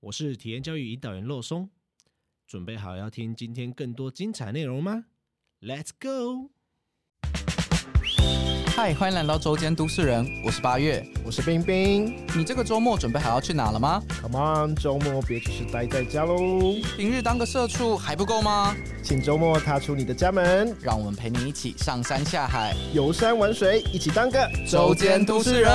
我是体验教育引导员肉松，准备好要听今天更多精彩内容吗 ？Let's go！ 嗨，欢迎来到周间都市人，我是8月， 我是冰冰。 你这个周末准备好要去哪了吗 Come on， 周末别只是待在家喽， 平日当个社畜还不够吗？ 请周末踏出你的家门， 让我们陪你一起上山下海， 游山玩水，一起当个周间都市人。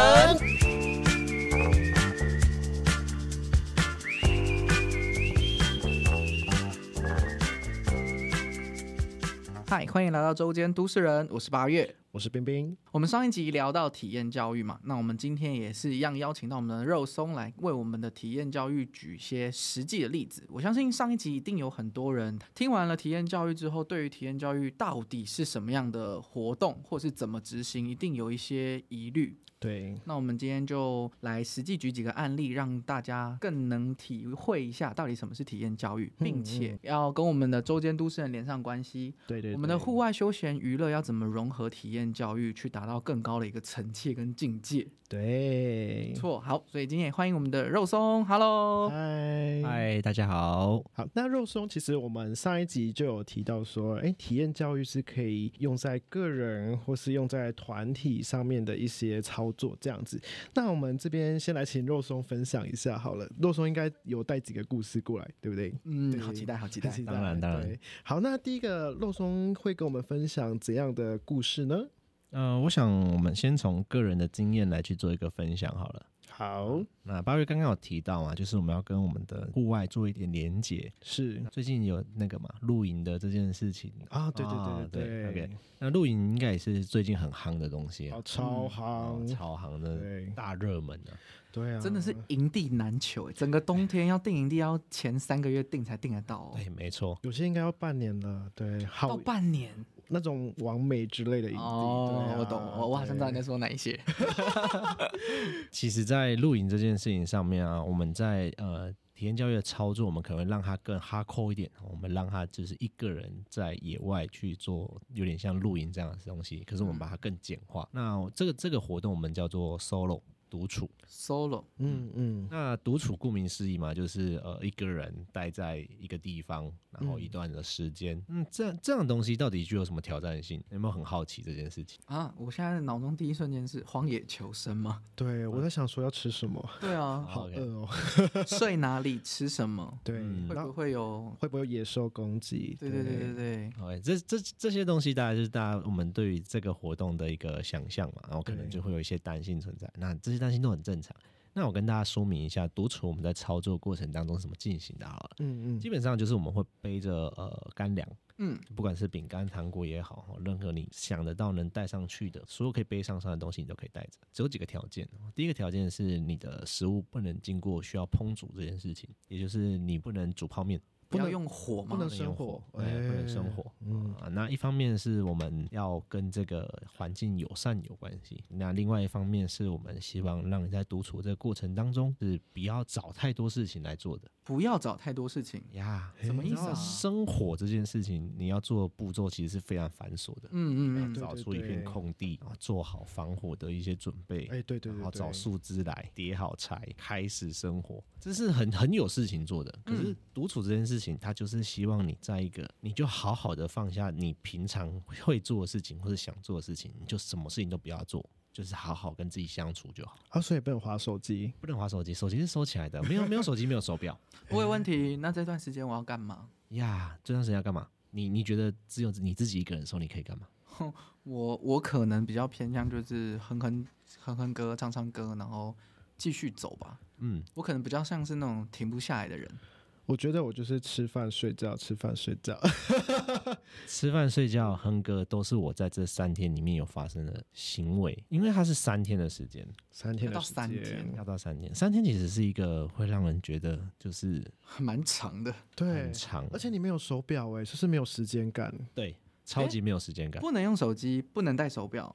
嗨，欢迎来到周间都市人，我是8月。 我是冰冰。 我们上一集聊到体验教育嘛，那我们今天也是一样邀请到我们的肉松来为我们的体验教育举些实际的例子。我相信上一集一定有很多人听完了体验教育之后，对于体验教育到底是什么样的活动，或是怎么执行，一定有一些疑虑。 对， 那我们今天就来实际举几个案例，让大家更能体会一下到底什么是体验教育，并且要跟我们的周间都市人连上关系。 对， 我们的户外休闲娱乐要怎么融合体验教育，去达到更高的一个层次跟境界。 对， 错，好，所以今天也欢迎我们的肉松 ，Hello， 嗨，大家好。 好，那肉松其实我们上一集就有提到说，体验教育是可以用在个人或是用在团体上面的一些操作这样子。那我们这边先来请肉松分享一下好了，肉松应该有带几个故事过来，对不对？ 嗯，好期待，好期待。 当然。 对，好，那第一个肉松会跟我们分享怎样的故事呢？ 我想我们先从个人的经验来去做一个分享好了。 好， 那8月刚刚有提到嘛，就是我们要跟我们的户外做一点连结。 是最近有那个嘛露营的这件事情啊，对 ，OK。那露营应该也是最近很夯的东西， 超夯， 超夯的大热门啊。 对啊， 真的是营地难求，整个冬天要订营地要前3个月订才订得到。 对，没错， 有些应该要半年了，对， 到半年。 那种网美之类的营地我懂，我好像知道你在说哪一些。 其实在露营这件事情上面啊，我们在体验教育的操作，我们可能会让它更hardcore一点，我们让它就是一个人在野外去做有点像露营这样的东西，可是我们把它更简化。那这个活动我们叫做 solo 独处 solo， 那独处顾名思义嘛，就是一个人待在一个地方，然后一段的时间，这样的东西到底具有什么挑战性？有没有很好奇这件事情啊？我现在脑中第一瞬间是荒野求生吗？ 对，我在想说要吃什么。对啊， 好饿哦。 睡哪里吃什么？ 对， 会不会有野兽攻击？ 对。 OK， 这些东西大概就是我们对于这个活动的一个想象嘛，然后可能就会有一些担心存在。那这些担心都很正常。那我跟大家说明一下，独处我们在操作过程当中是怎么进行的好了。基本上就是我们会背着干粮，不管是饼干、糖果也好，任何你想得到能带上去的，所有可以背上的东西你都可以带着。只有几个条件，第一个条件是你的食物不能经过需要烹煮这件事情，也就是你不能煮泡面。 不要用火吗？ 不能生火， 不能生火。那一方面是我们要跟这个环境友善有关系，那另外一方面是我们希望让你在独处这个过程当中是不要找太多事情来做的。 不要找太多事情呀， 什么意思啊？ 生火这件事情，你要做的步骤其实是非常繁琐的。找出一片空地，做好防火的一些准备。 对， 然后找树枝来叠好柴，开始生火，这是很有事情做的。可是独处这件事情，它就是希望你在一个，你就好好的放下你平常会做的事情或者想做的事情，你就什么事情都不要做。就是好好跟自己相处就好。 所以不能滑手机， 不能滑手机，手机是收起来的，没有手机，没有手表。 我有问题，那这段时间我要干嘛呀？这段时间要干嘛？你觉得只有你自己一个人的时候，你可以干嘛？ 我可能比较偏向就是哼歌、唱歌，然后继续走吧。我可能比较像是那种停不下来的人。 我觉得我就是吃饭睡觉，吃饭睡觉， 吃饭睡觉哼歌都是我在这3天里面有发生的行为，因为它是3天的时间 ，3天的时间要到3天，3天其实是一个会让人觉得就是蛮长的， 对， 很长， 而且你没有手表就是没有时间感， 对，超级没有时间感， 不能用手机，不能带手表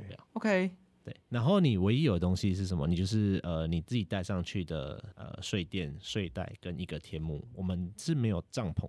，OK。 对，然后你唯一有的东西是什么？你就是你自己带上去的睡垫、睡袋跟一个天幕，我们是没有帐篷的。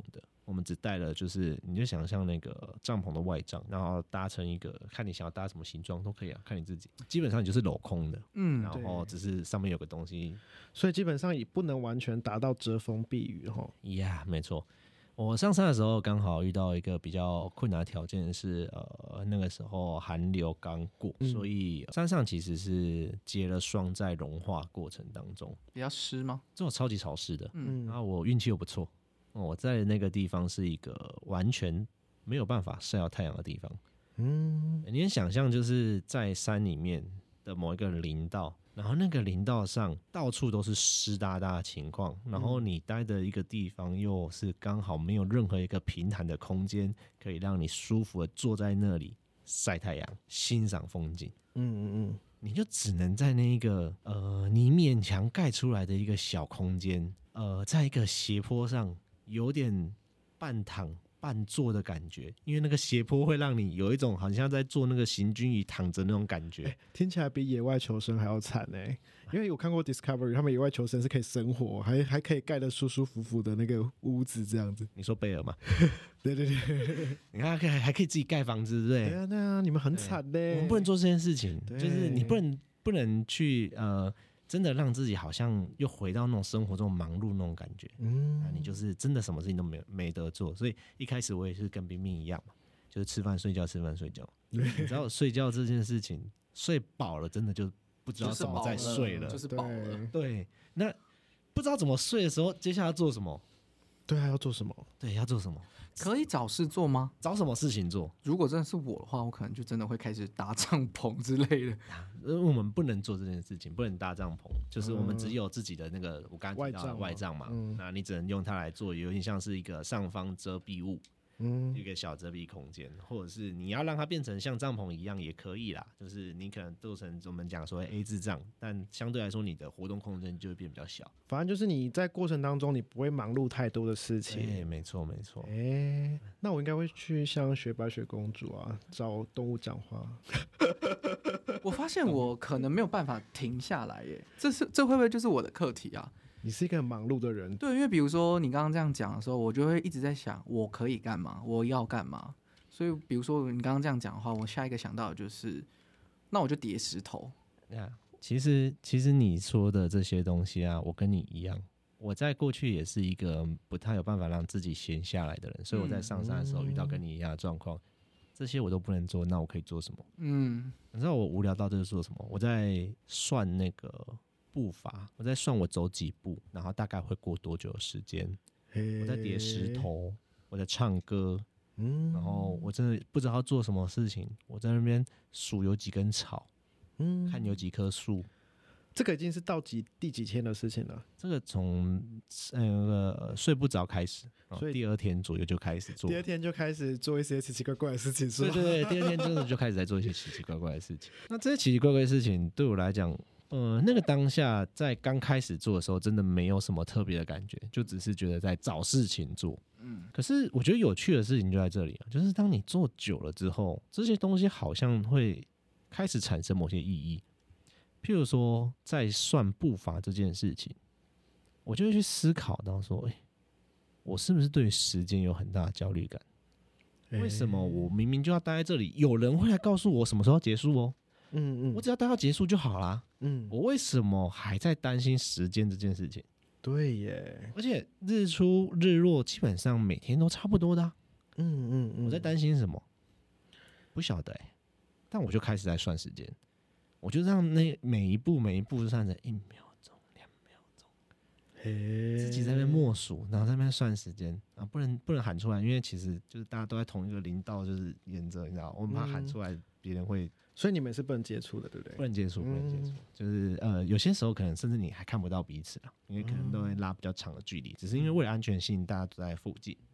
我们只带了就是你就想象那个帐篷的外帐，然后搭成一个看你想要搭什么形状都可以啊，看你自己。基本上你就是镂空的，然后只是上面有个东西， 所以基本上也不能完全达到遮风避雨齁。 没错。我上山的时候刚好遇到一个比较困难的条件是，那个时候寒流刚过，所以山上其实是结了霜在融化过程当中， 比较湿吗？ 这种超级潮湿的，然后我运气又不错，我在那个地方是一个完全没有办法晒到太阳的地方，你能想象就是在山里面的某一个林道。然后那个林道上到处都是湿哒哒的情况，然后你待的一个地方又是刚好没有任何一个平坦的空间可以让你舒服的坐在那里晒太阳欣赏风景，你就只能在那一个你勉强盖出来的一个小空间，在一个斜坡上有点半躺半坐的感觉，因为那个斜坡会让你有一种好像在做那个行军椅躺着那种感觉， 听起来比野外求生还要惨欸。因为我看过 Discovery， 他们野外求生是可以生火，还可以盖得舒舒服服的那个屋子这样子。 你说贝尔吗？ 对对对， 你看还可以自己盖房子，对不对？ 对啊对啊，你们很惨嘞。 我们不能做这件事情，就是你不能去真的让自己好像又回到那种生活中忙碌那种感觉，你就是真的什么事情都没得做，所以一开始我也是跟冰冰一样嘛，就是吃饭睡觉，吃饭睡觉。你知道睡觉这件事情，睡饱了真的就不知道怎么再睡了， 就是饱了。 对，那不知道怎么睡的时候，接下来要做什么？ 对啊，要做什么？ 对，要做什么？ 可以找事做吗？ 找什么事情做？ 如果真的是我的话，我可能就真的会开始搭帐篷之类的。 我们不能做这件事情，不能搭帐篷，就是我们只有自己的那个我刚刚提到的外帐嘛，那你只能用它来做，有点像是一个上方遮蔽物。一个小遮蔽空间，或者是你要让它变成像帐篷一样也可以啦，就是你可能做成我们讲说 A 字帐，但相对来说你的活动空间就会变比较小。 反正就是你在过程当中你不会忙碌太多的事情。 没错没错。 那我应该会去像雪白雪公主啊，找动物讲话。 我发现我可能没有办法停下来耶，这会不会就是我的课题啊？ 你是一个很忙碌的人。 对，因为比如说你刚刚这样讲的时候，我就会一直在想我可以干嘛，我要干嘛。所以比如说你刚刚这样讲的话，我下一个想到的就是那我就叠石头。 其实你说的这些东西啊，我跟你一样，我在过去也是一个不太有办法让自己闲下来的人，所以我在上山的时候遇到跟你一样的状况，这些我都不能做，那我可以做什么？你知道我无聊到就是做什么？我在算那个步伐，我在算我走几步，然后大概会过多久的时间。我在叠石头，我在唱歌，然后我真的不知道要做什么事情，我在那边数有几根草，看有几棵树。 这个已经是到第几天的事情了？ 这个从睡不着开始，所以第二天左右就开始做。 第二天就开始做一些奇奇怪怪的事情，是吧？ 对，第二天真的就开始在做一些奇奇怪怪的事情。那这些奇奇怪怪的事情对我来讲，那个当下在刚开始做的时候，真的没有什么特别的感觉，就只是觉得在找事情做。可是我觉得有趣的事情就在这里啊，就是当你做久了之后，这些东西好像会开始产生某些意义。譬如说，在算步伐这件事情，我就会去思考到说，我是不是对于时间有很大的焦虑感？为什么我明明就要待在这里，有人会来告诉我什么时候结束哦？我只要待到结束就好啦。我为什么还在担心时间这件事情？ 对耶， 而且日出日落基本上每天都差不多的啊。我在担心什么？不晓得但我就开始在算时间。我就让那每一步就算成1秒钟、2秒钟，自己在那边默数，然后在那边算时间啊，不能喊出来，因为其实就是大家都在同一个林道，就是沿着，你知道，我们怕喊出来，别人会， 所以你们是不能接触的，对不对？ 不能接触，就是有些时候可能甚至你还看不到彼此啊，因为可能都会拉比较长的距离，只是因为为了安全性，大家都在附近，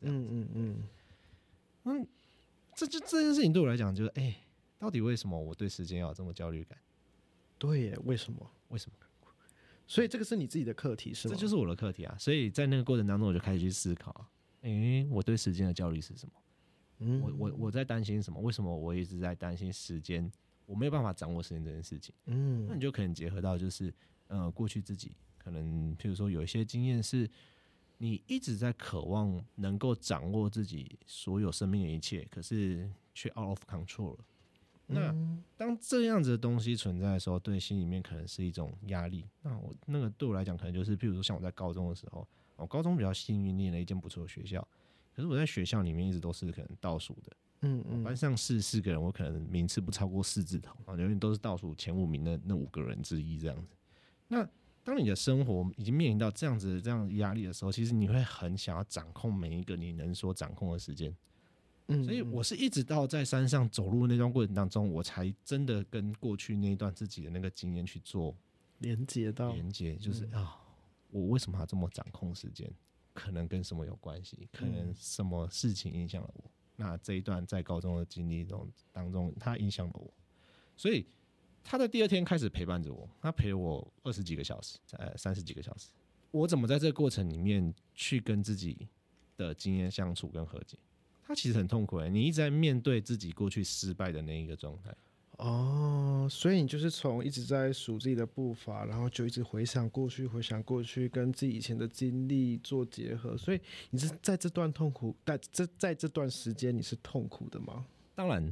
这件事情对我来讲就是，到底为什么我对时间要有这么焦虑感？ 对耶，为什么？所以这个是你自己的课题是吗？ 这就是我的课题啊！所以在那个过程当中，我就开始去思考，我对时间的焦虑是什么？我在担心什么？为什么我一直在担心时间？我没有办法掌握时间这件事情。那你就可能结合到就是过去自己可能譬如说有一些经验是你一直在渴望能够掌握自己所有生命的一切，可是却 out of control 了。那当这样子的东西存在的时候，对心里面可能是一种压力。那个对我来讲，可能就是譬如说像我在高中的时候，我高中比较幸运念了一间不错的学校，可是我在学校里面一直都是可能倒数的。班上4个人，我可能名次不超过4字头，永远都是倒数前5名的那5个人之一这样子。那当你的生活已经面临到这样的压力的时候，其实你会很想要掌控每一个你能所掌控的时间。所以我是一直到在山上走路那段过程当中，我才真的跟过去那一段自己的那个经验去做连接，就是我为什么要这么掌控时间？可能跟什么有关系？可能什么事情影响了我？那这一段在高中的经历当中，它影响了我，所以他在第2天开始陪伴着我，他陪我20几个小时，30几个小时。我怎么在这个过程里面去跟自己的经验相处跟和解？他其实很痛苦你一直在面对自己过去失败的那一个状态。 所以你就是从一直在数自己的步伐，然后就一直回想过去，跟自己以前的经历做结合。所以你是在这段痛苦，在这段时间你是痛苦的吗？ 当然，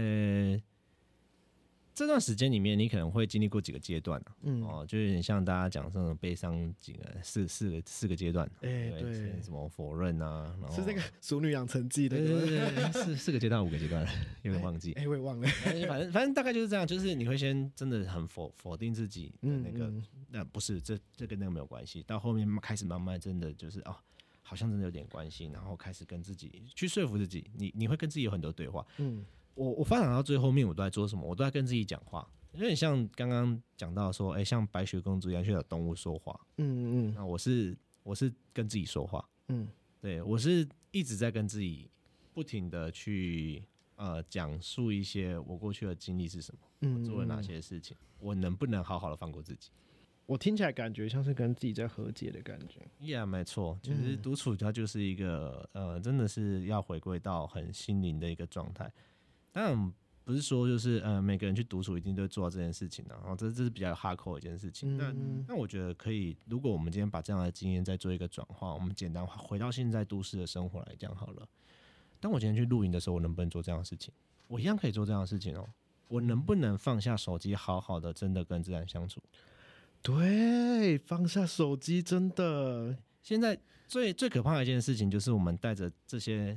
这段时间里面，你可能会经历过几个阶段就有点像大家讲这种悲伤四个阶段，对，什么否认啊，然后是那个《熟女养成记》的， 对，4个阶段5个阶段，有点忘记， 我也忘了， 反正大概就是这样，就是你会先真的很否定自己的那个，那不是这跟那个没有关系，到后面开始慢慢真的就是好像真的有点关系，然后开始跟自己去说服自己，你会跟自己有很多对话，我发展到最后面，我都在做什么？我都在跟自己讲话，有点像刚刚讲到说，像白雪公主一样去找动物说话。那我是跟自己说话。对，我是一直在跟自己不停的去讲述一些我过去的经历是什么，我做了哪些事情，我能不能好好的放过自己？ 我听起来感觉像是跟自己在和解的感觉。 没错，其实独处它就是一个真的是要回归到很心灵的一个状态。当然不是说就是每个人去独处一定都会做到这件事情然后这是比较hardcore的一件事情。那我觉得可以，如果我们今天把这样的经验再做一个转化，我们简单回到现在都市的生活来讲好了。当我今天去露营的时候，我能不能做这样的事情？我一样可以做这样的事情我能不能放下手机，好好的真的跟自然相处？ 对，放下手机真的。 现在最可怕的一件事情就是我们带着这些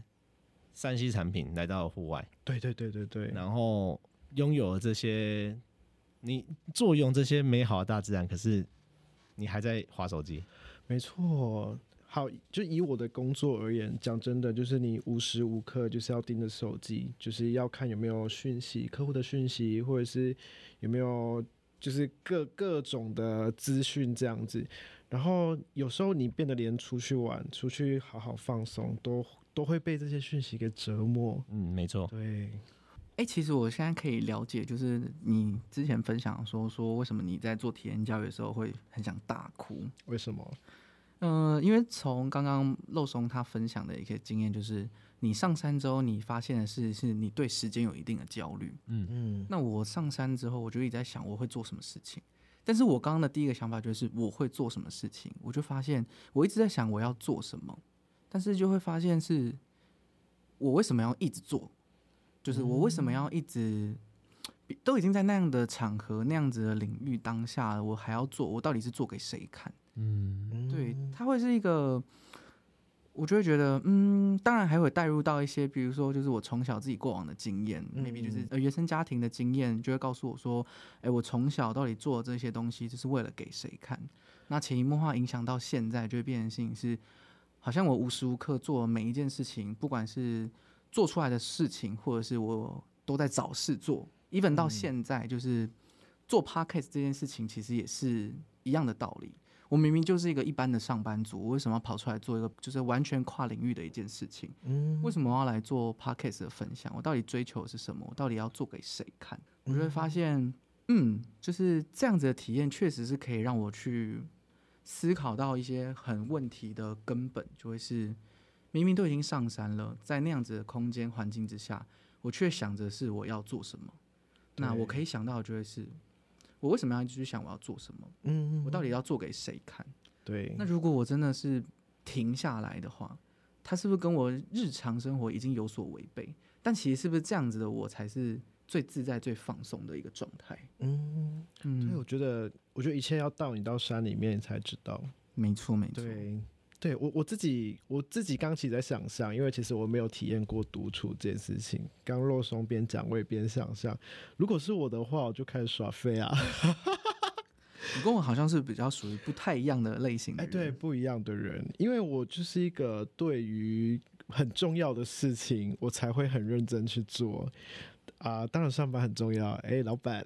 3C 产品来到户外， 对， 然后拥有这些，你坐拥这些美好的大自然，可是你还在滑手机。 没错，好，就以我的工作而言，讲真的，就是你无时无刻就是要盯着手机，就是要看有没有讯息，客户的讯息，或者是有没有就是各种的资讯这样子。然后有时候你变得连出去玩、出去好好放松都会被这些讯息给折磨。 没错。 对。 其实我现在可以了解，就是你之前分享说为什么你在做体验教育的时候会很想大哭？ 为什么？ 因为从刚刚肉松他分享的一个经验，就是你上山之后，你发现的是你对时间有一定的焦虑。那我上山之后，我就一直在想我会做什么事情。但是我刚刚的第一个想法就是我会做什么事情，我就发现我一直在想我要做什么，但是就会发现是我为什么要一直做，就是我为什么要一直都已经在那样的场合、那样子的领域当下了，我还要做，我到底是做给谁看？对，它会是一个，我就会觉得，当然还会带入到一些，比如说就是我从小自己过往的经验，maybe 就是原生家庭的经验，就会告诉我说，我从小到底做这些东西，就是为了给谁看？那潜移默化影响到现在，就会变成事情是，好像我无时无刻做每一件事情，不管是做出来的事情，或者是我都在找事做。even 到现在，就是做 podcast 这件事情，其实也是一样的道理。我明明就是一个一般的上班族，我为什么要跑出来做一个就是完全跨领域的一件事情？为什么我要来做 podcast 的分享？我到底追求的是什么？我到底要做给谁看？我就会发现，就是这样子的体验，确实是可以让我去思考到一些很问题的根本，就会是明明都已经上山了，在那样子的空间环境之下，我却想着是我要做什么。那我可以想到的就会是，我为什么要继续想我要做什么？我到底要做给谁看？ 对。 那如果我真的是停下来的话，它是不是跟我日常生活已经有所违背？但其实是不是这样子的我才是最自在、最放松的一个状态？ 对，我觉得一切要你到山里面才知道。 没错，没错。 对，我自己刚其实在想象，因为其实我没有体验过独处这件事情。刚肉松边讲，我也边想象，如果是我的话，我就开始耍废啊。 你跟我好像是比较属于不太一样的类型的人。 对，不一样的人，因为我就是一个对于很重要的事情，我才会很认真去做。当然上班很重要，老板，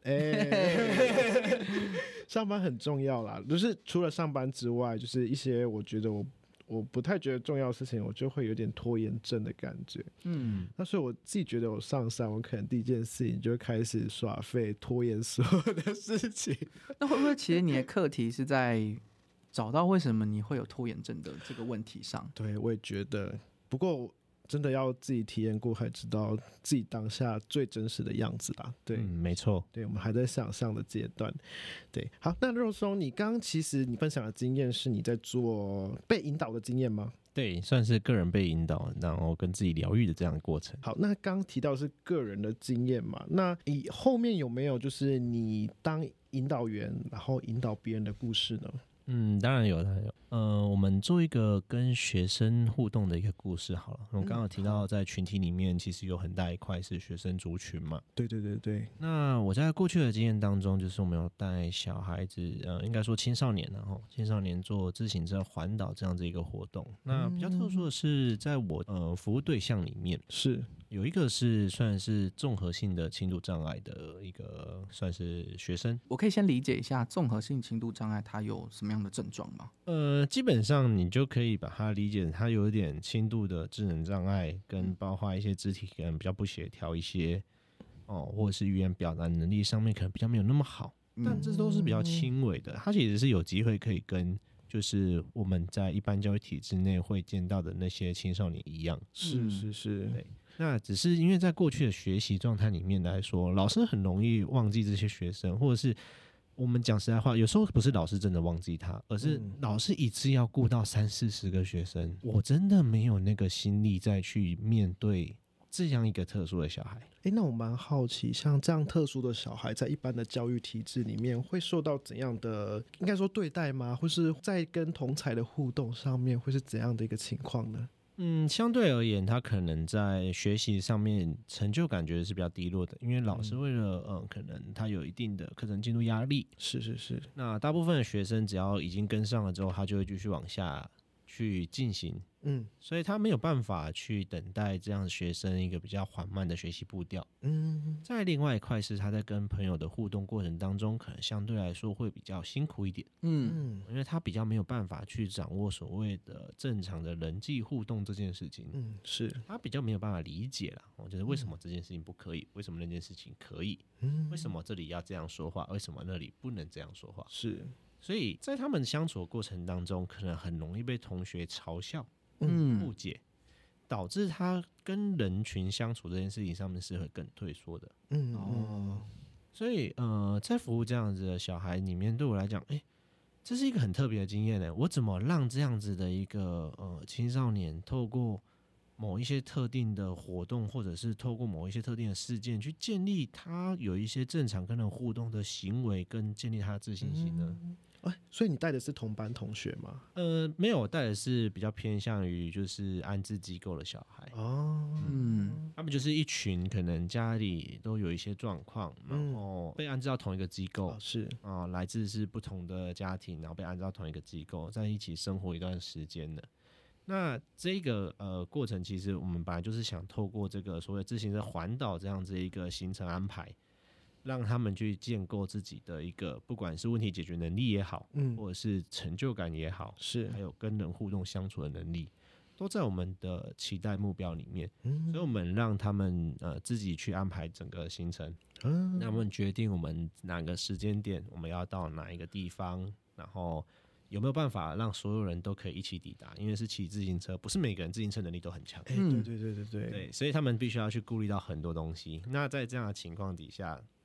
上班很重要啦。就是除了上班之外，就是一些我觉得我不太觉得重要的事情，我就会有点拖延症的感觉。那所以我自己觉得我上山，我可能第一件事情就会开始耍废，拖延所有的事情。 那会不会其实你的课题是在找到为什么你会有拖延症的这个问题上？ 对，我也觉得。不过真的要自己体验过，才知道自己当下最真实的样子啦。对， 没错。 对，我们还在想象的阶段。对，好，那肉松，你刚刚其实你分享的经验是你在做被引导的经验吗？ 对，算是个人被引导，然后跟自己疗愈的这样的过程。 好，那刚刚提到是个人的经验嘛，那你后面有没有就是你当引导员，然后引导别人的故事呢？ 当然有，当然有。我们做一个跟学生互动的一个故事好了。我刚刚提到在群体里面，其实有很大一块是学生族群嘛。 对对对对。 那我在过去的经验当中，就是我们有带小孩子，应该说青少年，然后青少年做自行车环岛这样子一个活动。那比较特殊的是，在我服务对象里面是有一个是算是综合性的轻度障碍的一个算是学生。 我可以先理解一下综合性轻度障碍它有什么样的症状吗？ 基本上你就可以把它理解，它有一点轻度的智能障碍，跟包括一些肢体可能比较不协调一些或者是语言表达能力上面可能比较没有那么好，但这都是比较轻微的。它其实是有机会可以跟就是我们在一般教育体制内会见到的那些青少年一样。 是是是， 对。那只是因为在过去的学习状态里面来说，老师很容易忘记这些学生，或者是我们讲实在话，有时候不是老师真的忘记他，而是老师一次要顾到30-40个学生，我真的没有那个心力再去面对这样一个特殊的小孩。 那我蛮好奇，像这样特殊的小孩，在一般的教育体制里面，会受到怎样的应该说对待吗？或是在跟同侪的互动上面，会是怎样的一个情况呢？ 相对而言，他可能在学习上面成就感觉是比较低落的，因为老师为了可能他有一定的课程进度压力。 是是是。 那大部分的学生只要已经跟上了之后，他就会继续往下去进行。所以他没有办法去等待这样的学生一个比较缓慢的学习步调。再另外一块是他在跟朋友的互动过程当中，可能相对来说会比较辛苦一点。因为他比较没有办法去掌握所谓的正常的人际互动这件事情。 是他比较没有办法理解啦，就是为什么这件事情不可以，为什么那件事情可以，为什么这里要这样说话，为什么那里不能这样说话。 是， 所以在他们相处的过程当中，可能很容易被同学嘲笑、误解，导致他跟人群相处这件事情上面是会更退缩的。所以在服务这样子的小孩里面，对我来讲，这是一个很特别的经验呢。我怎么让这样子的一个青少年透过某一些特定的活动，或者是透过某一些特定的事件，去建立他有一些正常跟人互动的行为，跟建立他的自信心呢？ 所以你带的是同班同学吗？ 没有，我带的是比较偏向于就是安置机构的小孩。他们就是一群可能家里都有一些状况，然后被安置到同一个机构，来自是不同的家庭，然后被安置到同一个机构，在一起生活一段时间的。那这个过程，其实我们本来就是想透过这个所谓自行车环岛这样子一个行程安排，让他们去建构自己的一个不管是问题解决能力也好，或者是成就感也好，还有跟人互动相处的能力，都在我们的期待目标里面。所以我们让他们自己去安排整个行程，让他们决定我们哪个时间点我们要到哪一个地方，然后有没有办法让所有人都可以一起抵达？因为是骑自行车，不是每个人自行车能力都很强。 对对对对对， 所以他们必须要去顾虑到很多东西。那在这样的情况底下，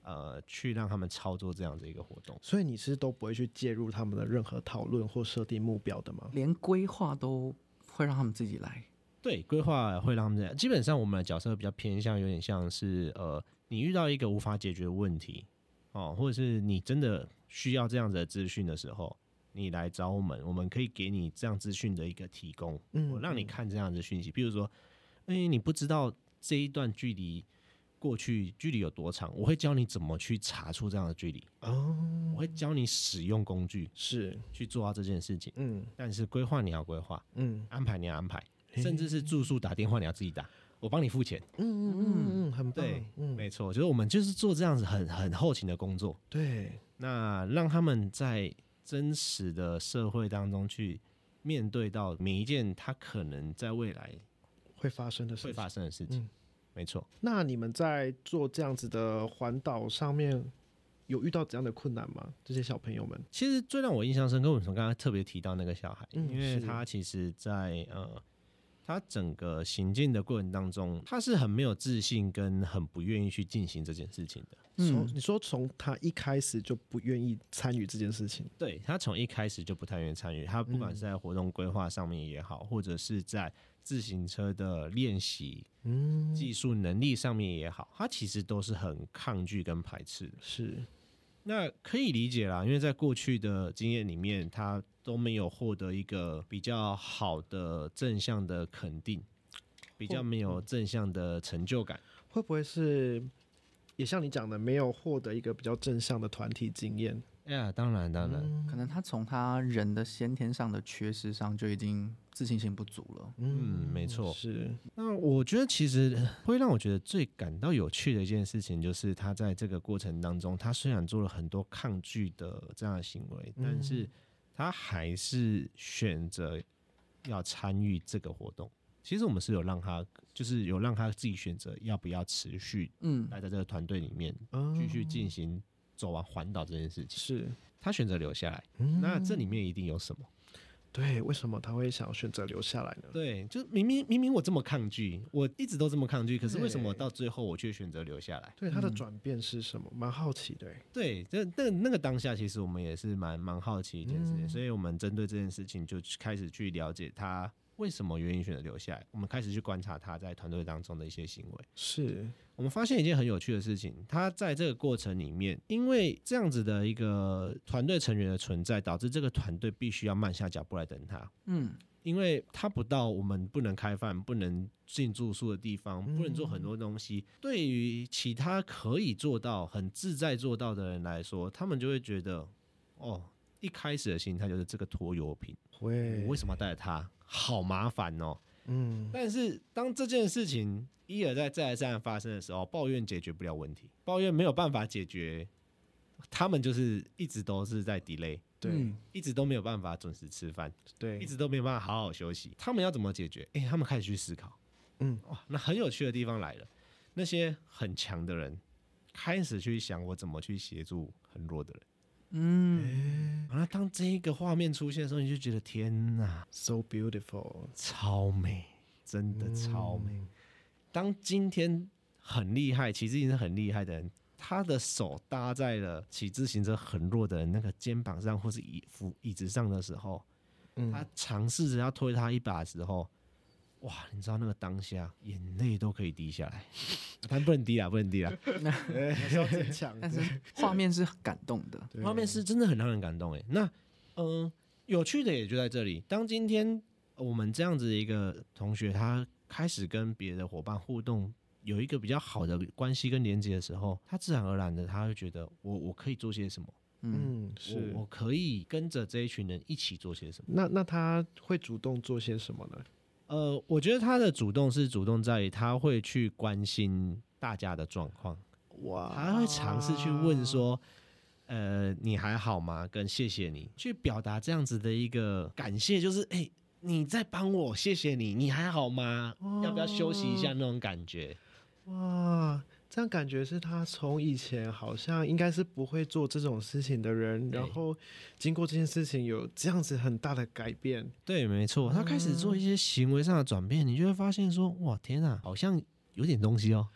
去让他们操作这样的一个活动。 所以你是都不会去介入他们的任何讨论或设定目标的吗？ 连规划都会让他们自己来。 对，规划会让他们这样。基本上我们的角色比较偏向，有点像是你遇到一个无法解决的问题哦，或者是你真的需要这样子的资讯的时候，你来找我们，我们可以给你这样资讯的一个提供，我让你看这样的讯息。比如说，你不知道这一段距离过去距离有多长，我会教你怎么去查出这样的距离。我会教你使用工具是去做到这件事情。但是规划你要规划，安排你要安排。甚至是住宿打电话你要自己打，我帮你付钱。 很棒。 对，没错，就是我们就是做这样子很后勤的工作。 对， 那让他们在真实的社会当中去面对到每一件他可能在未来会发生的事情。 没错。 那你们在做这样子的环岛上面，有遇到怎样的困难吗？这些小朋友们， 其实最让我印象深刻，我们刚刚特别提到那个小孩，因为他其实在他整个行进的过程当中，他是很没有自信跟很不愿意去进行这件事情的。 你说从他一开始就不愿意参与这件事情？ 对，他从一开始就不太愿意参与，他不管是在活动规划上面也好，或者是在自行车的练习、技术能力上面也好，他其实都是很抗拒跟排斥的。 是。 那可以理解啦，因为在过去的经验里面，他都没有获得一个比较好的正向的肯定，比较没有正向的成就感。 会不会是也像你讲的，没有获得一个比较正向的团体经验？ 当然， 可能他从他人的先天上的缺失上就已经自信心不足了。 没错。 是。 那我觉得其实会让我觉得最感到有趣的一件事情，就是他在这个过程当中，他虽然做了很多抗拒的这样的行为，但是他还是选择要参与这个活动。其实我们是有让他，就是有让他自己选择要不要持续待在这个团队里面，继续进行走完环岛这件事情。 是他选择留下来，那这里面一定有什么？ 对，为什么他会想要选择留下来呢？ 对，就明明我这么抗拒，我一直都这么抗拒，可是为什么到最后我却选择留下来？ 对，他的转变是什么？蛮好奇的。 对，那个当下，其实我们也是蛮好奇一件事情，所以我们针对这件事情就开始去了解他为什么愿意选择留下来。我们开始去观察他在团队当中的一些行为。 是。 我们发现一件很有趣的事情，他在这个过程里面，因为这样子的一个团队成员的存在，导致这个团队必须要慢下脚步来等他。因为他不到我们不能开饭、不能进住宿的地方，不能做很多东西。对于其他可以做到、很自在做到的人来说，他们就会觉得，一开始的心态就是这个拖油瓶，我为什么要带着他？好麻烦哦。但是当这件事情一而再再而三发生的时候，抱怨解决不了问题，抱怨没有办法解决，他们就是一直都是在 delay， 对， 一直都没有办法准时吃饭， 对， 一直都没有办法好好休息。他们要怎么解决？他们开始去思考。那很有趣的地方来了，那些很强的人开始去想我怎么去协助很弱的人。那当这一个画面出现的时候，你就觉得天哪 ，so beautiful， 超美，真的超美。当今天很厉害，骑自行车很厉害的人，他的手搭在了骑自行车很弱的人那个肩膀上或是椅子上的时候，他尝试着要推他一把的时候，哇，你知道那个当下眼泪都可以滴下来，但不能滴啦，不能滴啦， 还是要坚强。 但是画面是感动的， 画面是真的很让人感动。那有趣的也就在这里，当今天我们这样子的一个同学，他开始跟别的伙伴互动，有一个比较好的关系跟连接的时候，他自然而然的他会觉得我可以做些什么。 是我可以跟着这一群人一起做些什么。 那他会主动做些什么呢？ 我觉得他的主动是主动在于他会去关心大家的状况。哇，他会尝试去问说，你还好吗？跟谢谢你，去表达这样子的一个感谢，就是你在帮我，谢谢你，你还好吗？要不要休息一下那种感觉？ 哇，这样感觉是他从以前好像应该是不会做这种事情的人，然后经过这件事情有这样子很大的改变。 对，没错，他开始做一些行为上的转变，你就会发现说，哇，天啊，好像有点东西哦。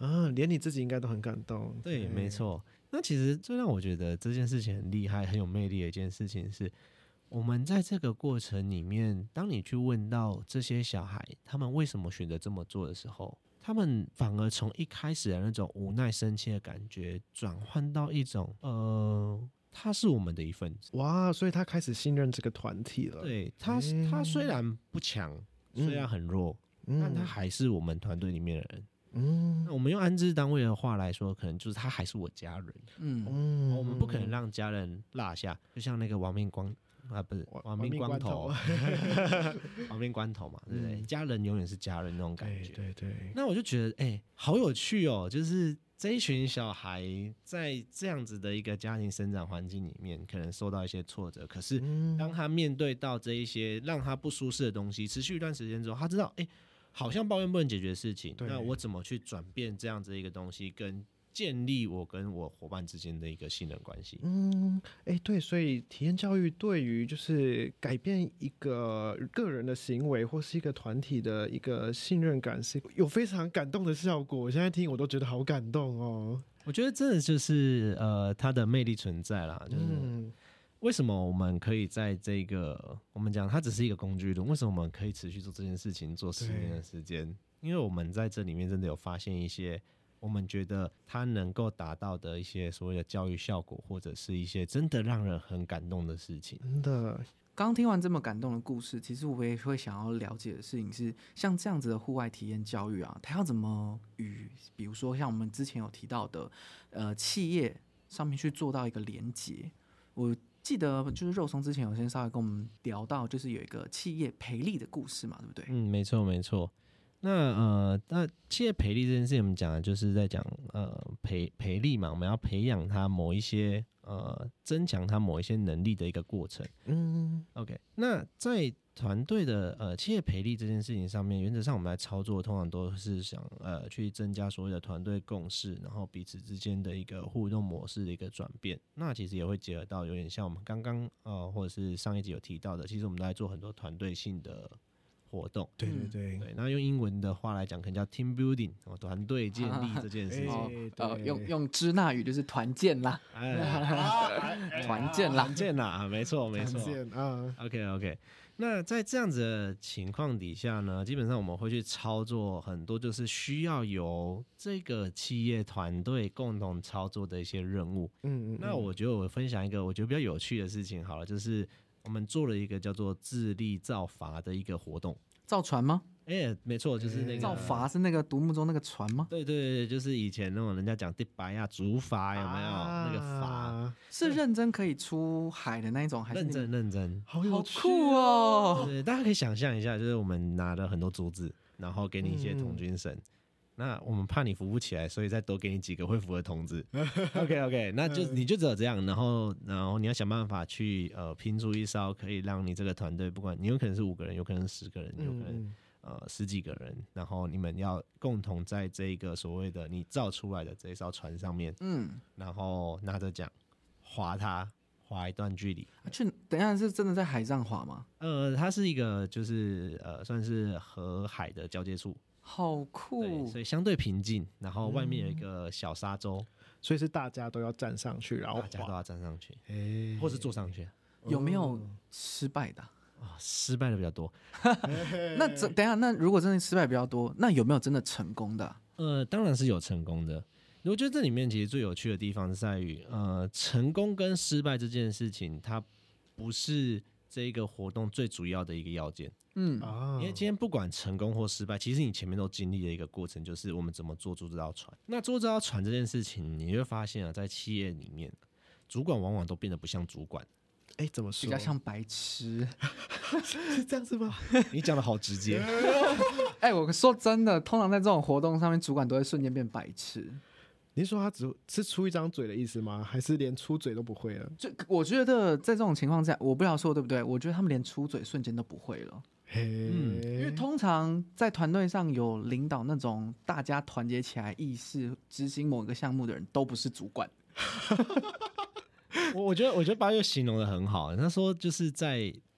连你自己应该都很感动。 对，没错。那其实最让我觉得这件事情很厉害、很有魅力的一件事情是，我们在这个过程里面，当你去问到这些小孩他们为什么选择这么做的时候，他们反而从一开始的那种无奈、生气的感觉，转换到一种他是我们的一份子。 哇，所以他开始信任这个团体了。 对他虽然不强，虽然很弱，但他还是我们团队里面的人。那我们用安置单位的话来说，可能就是他还是我家人。我们不可能让家人落下，就像那个亡命不是亡命关头，亡命关头嘛，对不对？家人永远是家人那种感觉。 对。 那我就觉得，好有趣哦，就是这一群小孩在这样子的一个家庭生长环境里面，可能受到一些挫折，可是当他面对到这一些让他不舒适的东西，持续一段时间之后，他知道，好像抱怨不能解决的事情，那我怎么去转变这样子一个东西，跟建立我跟我伙伴之间的一个信任关系？ 对，所以体验教育对于就是改变一个个人的行为或是一个团体的一个信任感是有非常感动的效果。我现在听我都觉得好感动哦。 我觉得真的就是它的魅力存在啦，就是为什么我们可以在这个我们讲它只是一个工具论，为什么我们可以持续做这件事情做10年的时间？因为我们在这里面真的有发现一些我们觉得它能够达到的一些所谓的教育效果，或者是一些真的让人很感动的事情。 真的， 刚听完这么感动的故事，其实我也会想要了解的事情是，像这样子的户外体验教育啊，它要怎么与比如说像我们之前有提到的企业上面去做到一个连结？我记得就是肉松之前有先稍微跟我们聊到，就是有一个企业培力的故事嘛，对不对？ 没错没错。那企业培力这件事情，我们讲的就是在讲培力嘛，我们要培养他某一些增强他某一些能力的一个过程。OK， 那在团队的企业培力这件事情上面，原则上我们来操作，通常都是想去增加所谓的团队共识，然后彼此之间的一个互动模式的一个转变。那其实也会结合到有点像我们刚刚或者是上一集有提到的，其实我们都在做很多团队性的活动。 对， 那用英文的话来讲，可能叫 team building， 团队建立这件事情。 用支那语就是团建啦，团建啦，没错。OK。那在这样子的情况底下呢，基本上我们会去操作很多就是需要由这个企业团队共同操作的一些任务。那我觉得我分享一个我觉得比较有趣的事情好了，就是我们做了一个叫做自立造筏的一个活动。 造船吗？ 没错，就是那个造筏是那个独木舟那个船吗？ 对，就是以前那种人家讲地白啊、竹筏有没有？那个筏是认真可以出海的那一种，还是认真？ 好酷哦！ 对，大家可以想象一下，就是我们拿了很多竹子，然后给你一些童军绳。那我们怕你扶不起来，所以再多给你几个会扶的童子。OK， 那就你就只有这样，然后你要想办法去拼出一艘可以让你这个团队，不管你有可能是5个人，有可能是10个人，有可能10几个人，然后你们要共同在这个所谓的你造出来的这一艘船上面，然后拿着桨划一段距离。 等一下，是真的在海上划吗？ 它是一个就是算是河海的交界处。 好酷， 所以相对平静，然后外面有一个小沙洲， 所以是大家都要站上去，然后大家都要站上去，或是坐上去。 有没有失败的？ 失败的比较多。 那等一下，那如果真的失败比较多，那有没有真的成功的？ 当然是有成功的。我觉得这里面其实最有趣的地方是在于，成功跟失败这件事情，它不是这个活动最主要的一个要件。因为今天不管成功或失败，其实你前面都经历了一个过程，就是我们怎么做出这艘船。那做这艘船这件事情，你会发现在企业里面，主管往往都变得不像主管。 怎么说？ 比较像白痴， 是这样子吗？ 你讲的好直接。 我说真的，通常在这种活动上面，主管都会瞬间变白痴。 您说他只是出一张嘴的意思吗？还是连出嘴都不会了？ 我觉得在这种情况下，我不知道说对不对，我觉得他们连出嘴瞬间都不会了。因为通常在团队上有领导那种大家团结起来意识执行某个项目的人，都不是主管。 我觉得8月形容的很好，他说就是在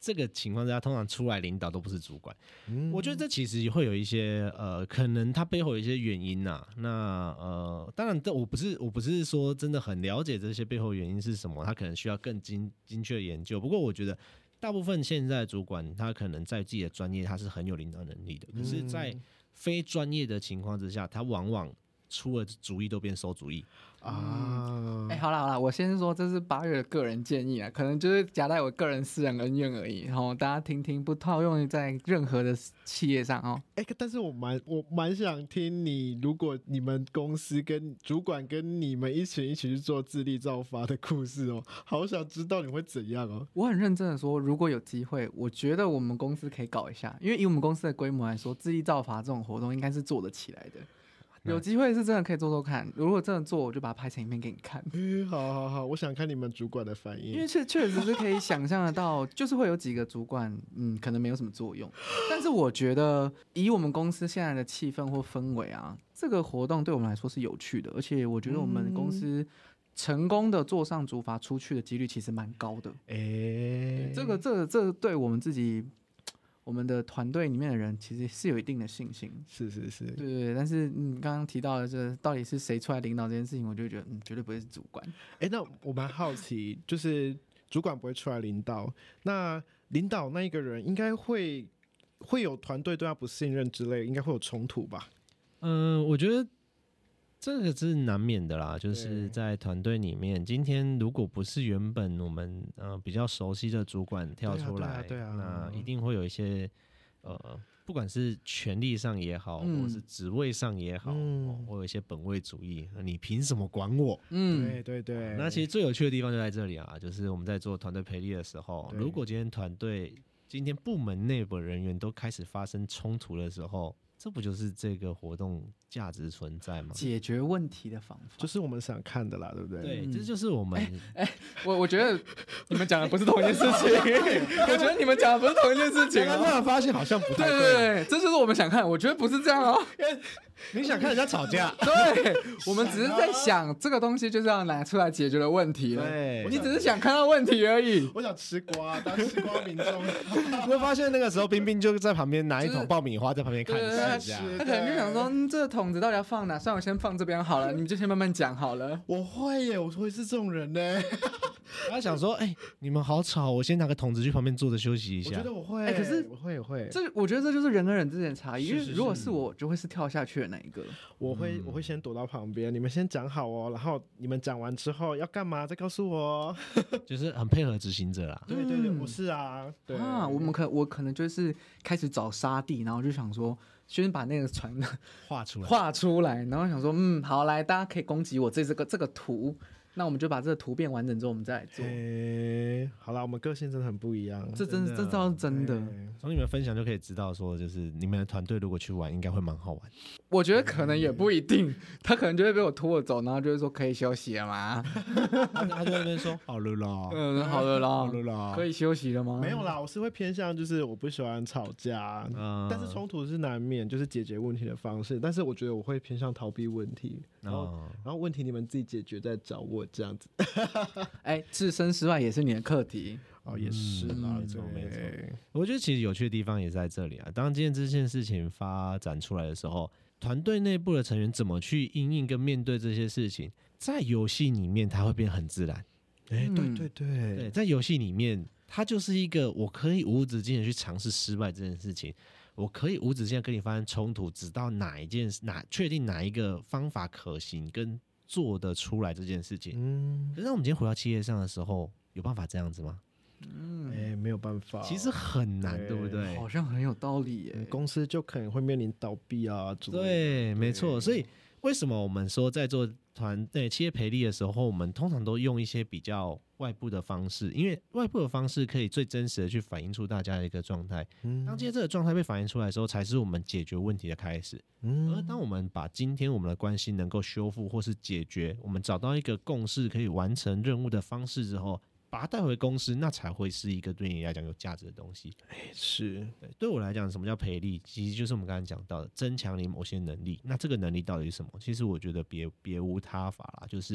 这个情况之下，通常出来领导都不是主管。我觉得这其实会有一些可能他背后有一些原因呐。那当然，我不是说真的很了解这些背后原因是什么，他可能需要更精确的研究。不过我觉得大部分现在的主管，他可能在自己的专业他是很有领导能力的，可是，在非专业的情况之下，他往往出了主意都变馊主意啊。 好啦，我先说这是8月的个人建议啊，可能就是夹带我个人私人恩怨而已，然后大家听听，不套用在任何的企业上哦。 但是我蛮想听你，如果你们公司跟主管跟你们一起去做自立造法的故事哦，好想知道你会怎样哦。 我很认真的说，如果有机会，我觉得我们公司可以搞一下，因为以我们公司的规模来说，自立造法这种活动应该是做得起来的。有机会是真的可以做做看，如果真的做，我就把它拍成影片给你看。 好，我想看你们主管的反应， 因为确实是可以想象得到，就是会有几个主管，可能没有什么作用。但是我觉得，以我们公司现在的气氛或氛围啊，这个活动对我们来说是有趣的，而且我觉得我们公司成功的做上主法出去的几率其实蛮高的。这个对我们自己。我们的团队里面的人其实是有一定的信心， 是， 对，但是你刚刚提到的这到底是谁出来领导这件事情，我就觉得绝对不会是主管。 那我蛮好奇，就是主管不会出来领导，那领导那一个人应该会有团队对他不信任之类，应该会有冲突吧？ 我觉得这个是难免的啦，就是在团队里面，今天如果不是原本我们比较熟悉的主管跳出来， 对啊， 那一定会有一些不管是权力上也好，或是职位上也好，会有一些本位主义，你凭什么管我？ 对。 那其实最有趣的地方就在这里啊，就是我们在做团队培力的时候，如果今天部门内部人员都开始发生冲突的时候，这不就是这个活动价值存在吗？ 解决问题的方法， 就是我们想看的啦，对不对？ 对，这就是我们。 我觉得你们讲的不是同一件事情，我觉得你们讲的不是同一件事情啊。 突然发现好像不太对，这就是我们想看，我觉得不是这样哦。 你想看人家吵架？ 对，我们只是在想这个东西就是要拿出来解决的问题了。 对， 你只是想看到问题而已。 我想吃瓜，当吃瓜民众。 你会发现那个时候冰冰就在旁边拿一桶爆米花在旁边看吃， 他可能就想说，这个桶子到底要放哪？算我先放这边好了，你们就先慢慢讲好了。 我会耶，我会是这种人呢。 他想说，你们好吵，我先拿个桶子去旁边坐着休息一下。 我觉得我会， 可是我会。 我觉得这就是人跟人之间的差异。因为如果是我，就会是跳下去的那一个。 我会先躲到旁边，你们先讲好哦，然后你们讲完之后要干嘛再告诉我哦。 就是很配合执行者啦。 对，我是啊。对啊，我可能就是开始找沙地，然后就想说，先把那个船画出来，然后想说，好，来，大家可以攻击我这个图。那我们就把这个图变完整之后，我们再来做。 好啦，我们个性真的很不一样， 这倒是真的。 从你们分享就可以知道，说就是你们的团队如果去玩，应该会蛮好玩。 我觉得可能也不一定，他可能就会被我拖着走，然后就会说可以休息了吗？ 他就在那边说好了啦， 好了啦，可以休息了吗？ 没有啦，我是会偏向就是我不喜欢吵架，但是冲突是难免，就是解决问题的方式。但是我觉得我会偏向逃避问题，然后问题你们自己解决再找我。这样子， 置身事外也是你的课题也是啦， 没错。我觉得其实有趣的地方也在这里啊。当今天这件事情发展出来的时候，团队内部的成员怎么去因应跟面对这些事情，在游戏里面它会变很自然。对，在游戏里面，它就是一个我可以无止境的去尝试失败这件事情。我可以无止境的跟你发生冲突，直到确定哪一个方法可行跟做得出来这件事情。可是当我们今天回到企业上的时候，有办法这样子吗？ 没有办法， 其实很难，对不对？ 好像很有道理耶。 公司就可能会面临倒闭啊。 对，没错。所以为什么我们说在做企业培力的时候，我们通常都用一些比较外部的方式，因为外部的方式可以最真实的去反映出大家的一个状态。当今天这个状态被反映出来的时候，才是我们解决问题的开始。而当我们把今天我们的关系能够修复或是解决，我们找到一个共识可以完成任务的方式之后，把它带回公司，那才会是一个对你来讲有价值的东西。 是， 对我来讲，什么叫培力？其实就是我们刚才讲到的，增强你某些能力。那这个能力到底是什么？其实我觉得别无他法啦，就是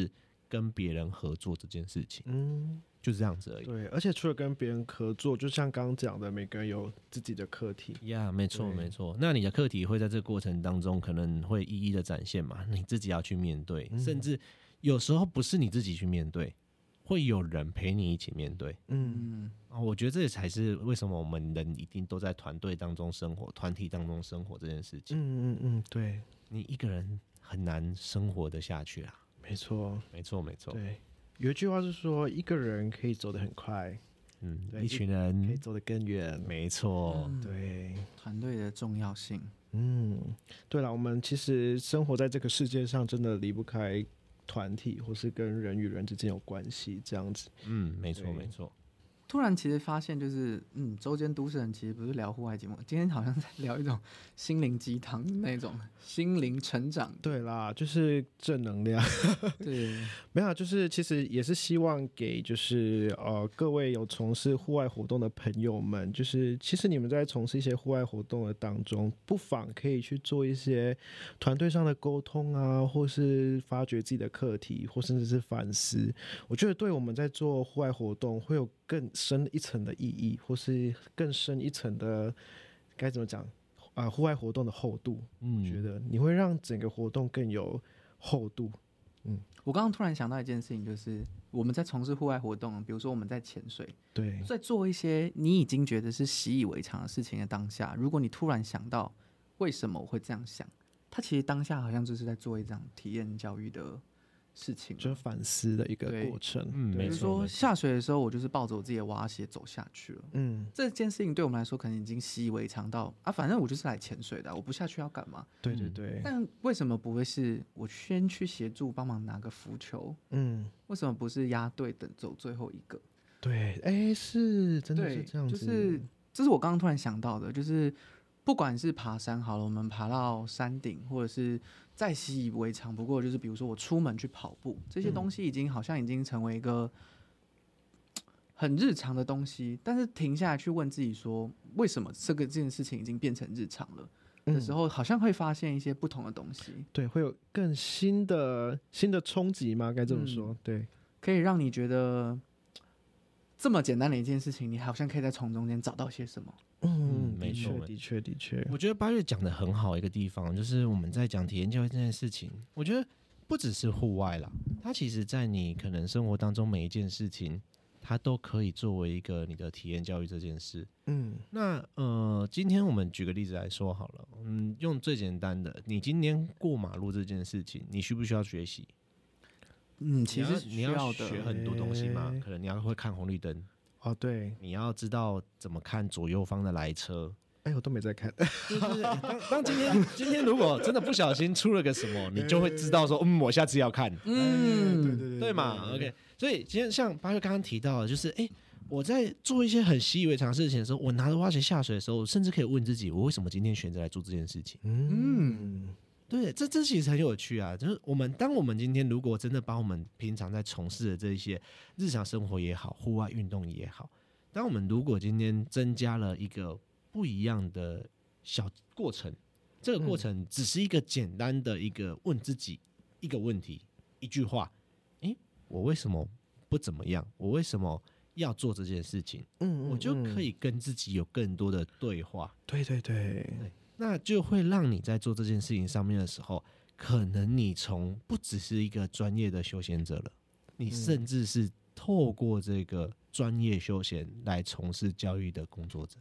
跟别人合作这件事情， 嗯， 就这样子而已。 对，而且除了跟别人合作，就像刚刚讲的，每个人有自己的课题。 呀，没错对没错。那你的课题会在这个过程当中可能会一一的展现嘛，你自己要去面对，甚至有时候不是你自己去面对，会有人陪你一起面对。 嗯， 我觉得这才是为什么我们人一定都在团队当中生活、团体当中生活这件事情。 对， 你一个人很难生活得下去啊。 没错， 没错没错。 对。有一句话是说，一个人可以走得很快，对一群可以人， 走得更远。 没错。 对， 团队的重要性。 对了，我们其实生活在这个世界上，真的离不开团体，或是跟人与人之间有关系这样子。 没错对没错。 突然其实发现，就是周间都市人其实不是聊户外节目，今天好像在聊一种心灵鸡汤那种心灵成长。 对啦，就是正能量。 对， 没有，就是其实也是希望给各位有从事户外活动的朋友们，就是其实你们在从事一些户外活动的当中，不妨可以去做一些团队上的沟通啊，或是发掘自己的课题，或甚至是反思。我觉得对我们在做户外活动会有更深一层的意义，或是更深一层的该怎么讲户外活动的厚度。我觉得你会让整个活动更有厚度。 我刚刚突然想到一件事情，就是我们在从事户外活动，比如说我们在潜水， 对， 在做一些你已经觉得是习以为常的事情的当下，如果你突然想到为什么我会这样想，它其实当下好像就是在做一场体验教育的事情， 就是反思的一个过程。 比如没错说下水的时候，我就是抱着我自己的蛙鞋走下去了。这件事情对我们来说可能已经习以为常到反正我就是来潜水的，我不下去要干嘛？ 对对对。 但为什么不会是我先去协助帮忙拿个浮球？为什么不是压队等走最后一个？ 对，是真的是这样子。 就是这是我刚刚突然想到的，就是不管是爬山好了，我们爬到山顶，或者是再习以为常不过，就是比如说我出门去跑步，这些东西好像已经成为一个很日常的东西。但是停下来去问自己说，为什么这件事情已经变成日常了的时候，好像会发现一些不同的东西。 对，会有更新的冲击吗？该这么说。对， 可以让你觉得这么简单的一件事情，你好像可以在从中间找到些什么。 没错， 的确。 我觉得8月讲的很好一个地方，就是我们在讲体验教育这件事情，我觉得不只是户外啦，它其实在你可能生活当中每一件事情，它都可以作为一个你的体验教育这件事。那今天我们举个例子来说好了，用最简单的，你今天过马路这件事情，你需不需要学习？ 其实你要学很多东西嘛，可能你要会看红绿灯。 对， 你要知道怎么看左右方的来车。 我都没在看。 就是当今天如果真的不小心出了个什么，你就会知道说，我下次要看。对嘛 ？OK。所以今天像8月刚刚提到的，就是我在做一些很习以为常的事情的时候，我拿着蛙鞋下水的时候，甚至可以问自己，我为什么今天选择来做这件事情？对，这其实很有趣啊！就是当我们今天如果真的把我们平常在从事的这些日常生活也好，户外运动也好，当我们如果今天增加了一个不一样的小过程，这个过程只是一个简单的一个问自己一个问题，一句话，我为什么不怎么样？我为什么要做这件事情？我就可以跟自己有更多的对话。 对。 那就会让你在做这件事情上面的时候，可能你不只是一个专业的休闲者了，你甚至是透过这个专业休闲来从事教育的工作者。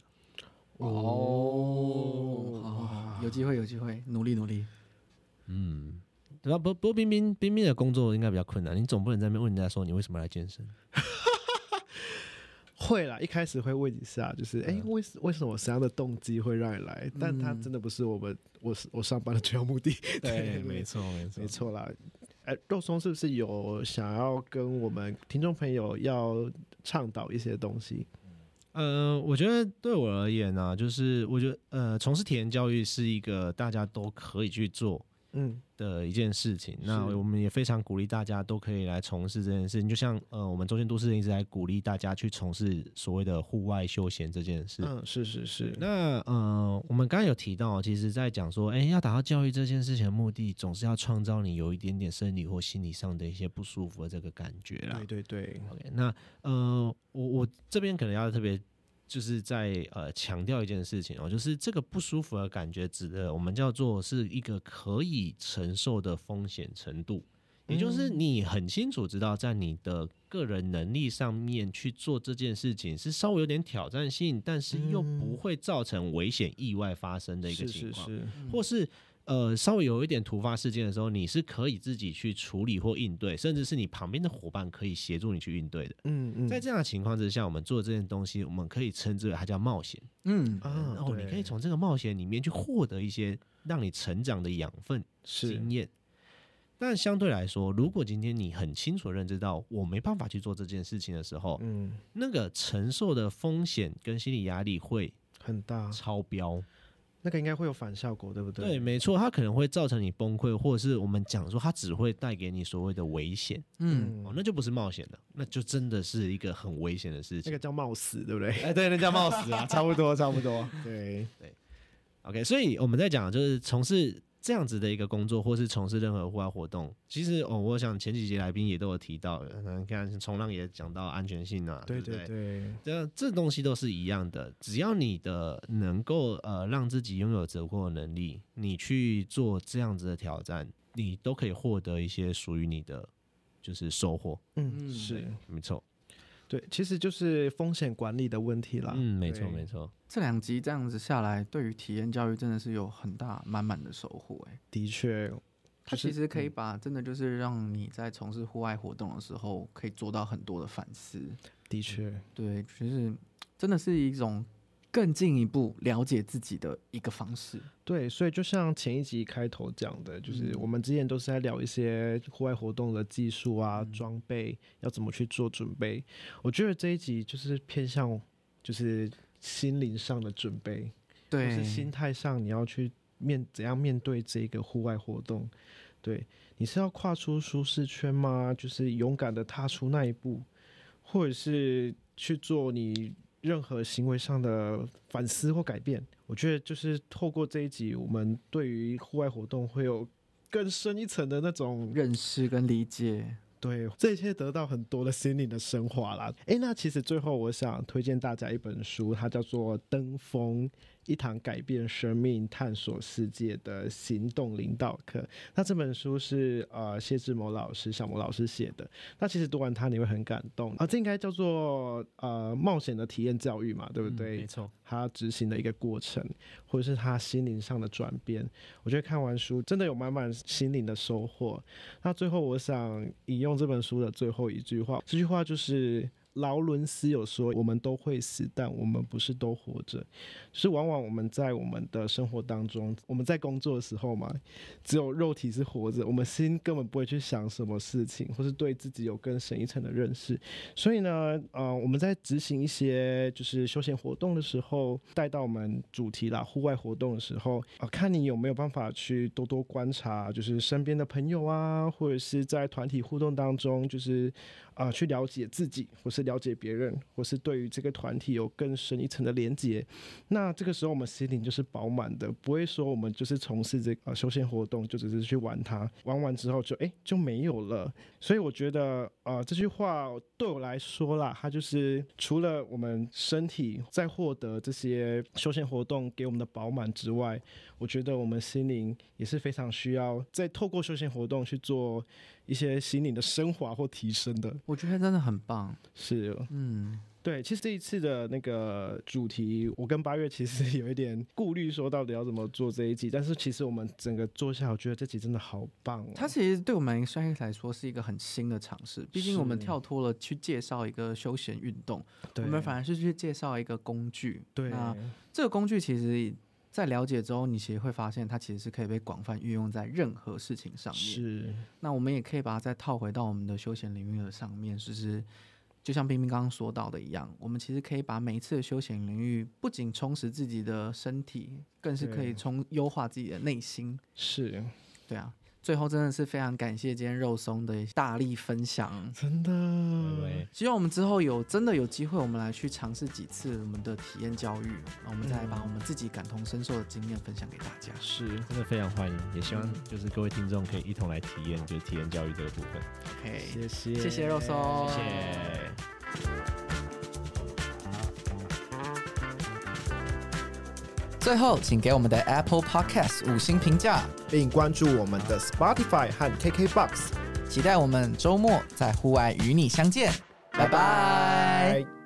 有机会，努力。 对吧？不过冰冰的工作应该比较困难，你总不能在那边问人家说你为什么来健身。 会啦，一开始会问一下，就是为什么什么样的动机会让你来？但它真的不是我上班的主要目的。 对，没错啦。肉松是不是有想要跟我们听众朋友要倡导一些东西？ 我觉得对我而言呢，就是我觉得从事体验教育是一个大家都可以去做， 的一件事情。那我们也非常鼓励大家都可以来从事这件事情，就像我们中间都市人一直在鼓励大家去从事所谓的户外休闲这件事。 是。 那我们刚刚有提到，其实在讲说，要达到教育这件事情的目的，总是要创造你有一点点生理或心理上的一些不舒服的这个感觉啦。 对。 OK， 那我这边可能要特别。就是在强调一件事情就是这个不舒服的感觉，指的我们叫做是一个可以承受的风险程度，也就是你很清楚知道，在你的个人能力上面去做这件事情是稍微有点挑战性，但是又不会造成危险意外发生的一个情况，或是。稍微有一点突发事件的时候，你是可以自己去处理或应对，甚至是你旁边的伙伴可以协助你去应对的。在这样的情况之下，我们做这件东西，我们可以称之为它叫冒险。然后你可以从这个冒险里面去获得一些让你成长的养分、经验。但相对来说，如果今天你很清楚认知到我没办法去做这件事情的时候，那个承受的风险跟心理压力会很大， 超标。 那个应该会有反效果，对不对？ 对，没错，它可能会造成你崩溃，或者是我们讲说它只会带给你所谓的危险。那就不是冒险了，那就真的是一个很危险的事情。 那个叫冒死，对不对？ 对，那叫冒死啊，差不多。 对。 OK， 所以我们在讲就是从事这样子的一个工作，或是从事任何户外活动，其实我想前几集来宾也都有提到，你看冲浪也讲到安全性啊，对，这东西都是一样的。只要你的能够让自己拥有折扣的能力，你去做这样子的挑战，你都可以获得一些属于你的就是收获。 是没错。 对，其实就是风险管理的问题啦。 没错。 这2集这样子下来，对于体验教育真的是有很大满满的收获。 的确， 它其实可以把真的就是让你在从事户外活动的时候，可以做到很多的反思。 的确， 对，就是真的是一种更进一步了解自己的一个方式。 对，所以就像前一集开头讲的，就是我们之前都是在聊一些户外活动的技术啊、装备要怎么去做准备。我觉得这一集就是偏向就是心灵上的准备， 对， 就是心态上你要去怎样面对这个户外活动。对，你是要跨出舒适圈吗？就是勇敢的踏出那一步，或者是去做你任何行为上的反思或改变。我觉得就是透过这一集，我们对于户外活动会有更深一层的那种认识跟理解。 对，这一切得到很多的心灵的升华啦。那其实最后我想推荐大家一本书，它叫做《登峰：一堂改变生命、探索世界的行动领导课》。那这本书是谢志谋老师、小谋老师写的。那其实读完它你会很感动这应该叫做冒险的体验教育嘛，对不对？ 没错。 他执行的一个过程，或者是他心灵上的转变，我觉得看完书真的有满满心灵的收获。那最后我想引用这本书的最后一句话，这句话就是劳伦斯有说，我们都会死，但我们不是都活着。就是往往我们在我们的生活当中，我们在工作的时候嘛，只有肉体是活着，我们心根本不会去想什么事情，或是对自己有更深一层的认识。所以呢我们在执行一些就是休闲活动的时候，带到我们主题啦，户外活动的时候看你有没有办法去多多观察，就是身边的朋友啊，或者是在团体互动当中，就是去了解自己，或是了解别人，或是对于这个团体有更深一层的连结。那这个时候我们心灵就是饱满的，不会说我们就是从事这个休闲活动就只是去玩它，玩完之后就没有了。所以我觉得这句话对我来说啦，它就是除了我们身体在获得这些休闲活动给我们的饱满之外，我觉得我们心灵也是非常需要再透过休闲活动去做一些心灵的升华或提升的。 我觉得真的很棒。 是，对，其实这一次的那个主题，我跟8月其实有一点顾虑，说到底要怎么做这一集。但是其实我们整个做下来，我觉得这集真的好棒它其实对我们来说是一个很新的尝试，毕竟我们跳脱了去介绍一个休闲运动，我们反而是去介绍一个工具。 对， 那这个工具其实在了解之后，你其实会发现它其实是可以被广泛运用在任何事情上面。 是， 那我们也可以把它再套回到我们的休闲领域的上面，就像冰冰刚刚说到的一样，我们其实可以把每一次的休闲领域不仅充实自己的身体，更是可以优化自己的内心。 是， 对啊，最后真的是非常感谢今天肉松的大力分享， 真的。 希望我们之后真的有机会，我们来去尝试几次我们的体验教育，然后我们再把我们自己感同身受的经验分享给大家。 是， 真的非常欢迎，也希望就是各位听众可以一同来体验，就是体验教育这个部分。 OK， 谢谢肉松， 谢谢。 最后，请给我们的 Apple Podcast 5星评价， 并关注我们的 Spotify 和 KKBOX， 期待我们周末在户外与你相见，拜拜。